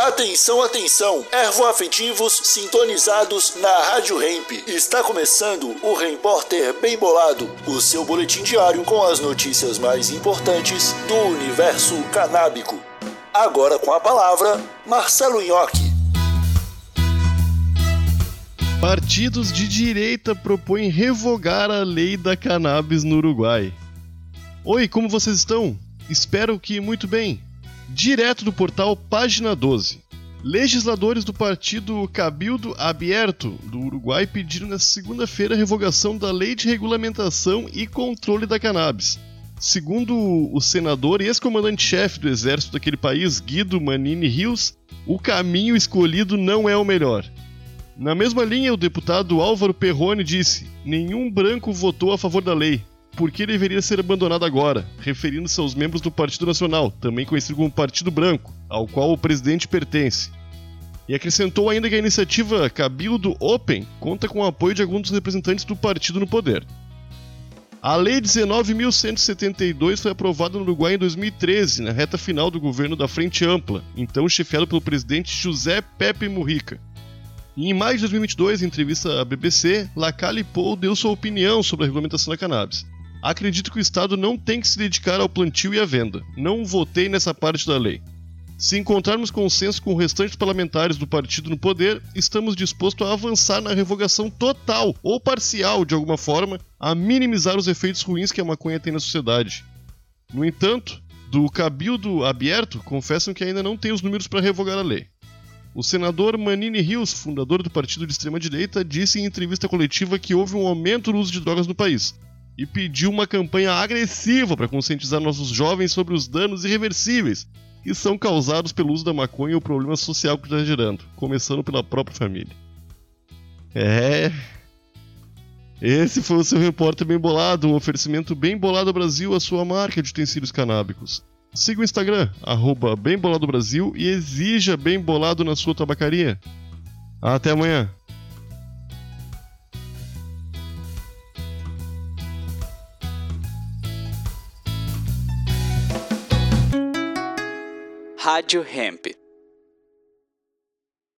Atenção, atenção, ervoafetivos sintonizados na Rádio Hemp. Está começando o Repórter Bem Bolado, o seu boletim diário com as notícias mais importantes do universo canábico. Agora com a palavra, Marcelo Nhoque. Partidos de direita propõem revogar a lei da cannabis no Uruguai. Oi, como vocês estão? Espero que muito bem. Direto do portal Página 12. Legisladores do partido Cabildo Abierto do Uruguai pediram nesta segunda-feira a revogação da Lei de Regulamentação e Controle da Cannabis. Segundo o senador e ex-comandante-chefe do exército daquele país, Guido Manini Rios, o caminho escolhido não é o melhor. Na mesma linha, o deputado Álvaro Perrone disse: nenhum branco votou a favor da lei. Por que deveria ser abandonado agora, referindo-se aos membros do Partido Nacional, também conhecido como Partido Branco, ao qual o presidente pertence. E acrescentou ainda que a iniciativa Cabildo Open conta com o apoio de alguns dos representantes do partido no poder. A Lei 19.172 foi aprovada no Uruguai em 2013, na reta final do governo da Frente Ampla, então chefiado pelo presidente José Pepe Mujica. E em maio de 2022, em entrevista à BBC, Lacalle Pou deu sua opinião sobre a regulamentação da cannabis. Acredito que o Estado não tem que se dedicar ao plantio e à venda. Não votei nessa parte da lei. Se encontrarmos consenso com os restantes parlamentares do partido no poder, estamos dispostos a avançar na revogação total ou parcial, de alguma forma, a minimizar os efeitos ruins que a maconha tem na sociedade. No entanto, do Cabildo Abierto, confessam que ainda não tem os números para revogar a lei. O senador Manini Rios, fundador do partido de extrema-direita, disse em entrevista coletiva que houve um aumento no uso de drogas no país e pediu uma campanha agressiva para conscientizar nossos jovens sobre os danos irreversíveis que são causados pelo uso da maconha e o problema social que está gerando, começando pela própria família. Esse foi o seu Repórter Bem Bolado, um oferecimento Bem Bolado Brasil, a sua marca de utensílios canábicos. Siga o Instagram, @BemBoladoBrasil, e exija Bem Bolado na sua tabacaria. Até amanhã. Rádio Hemp.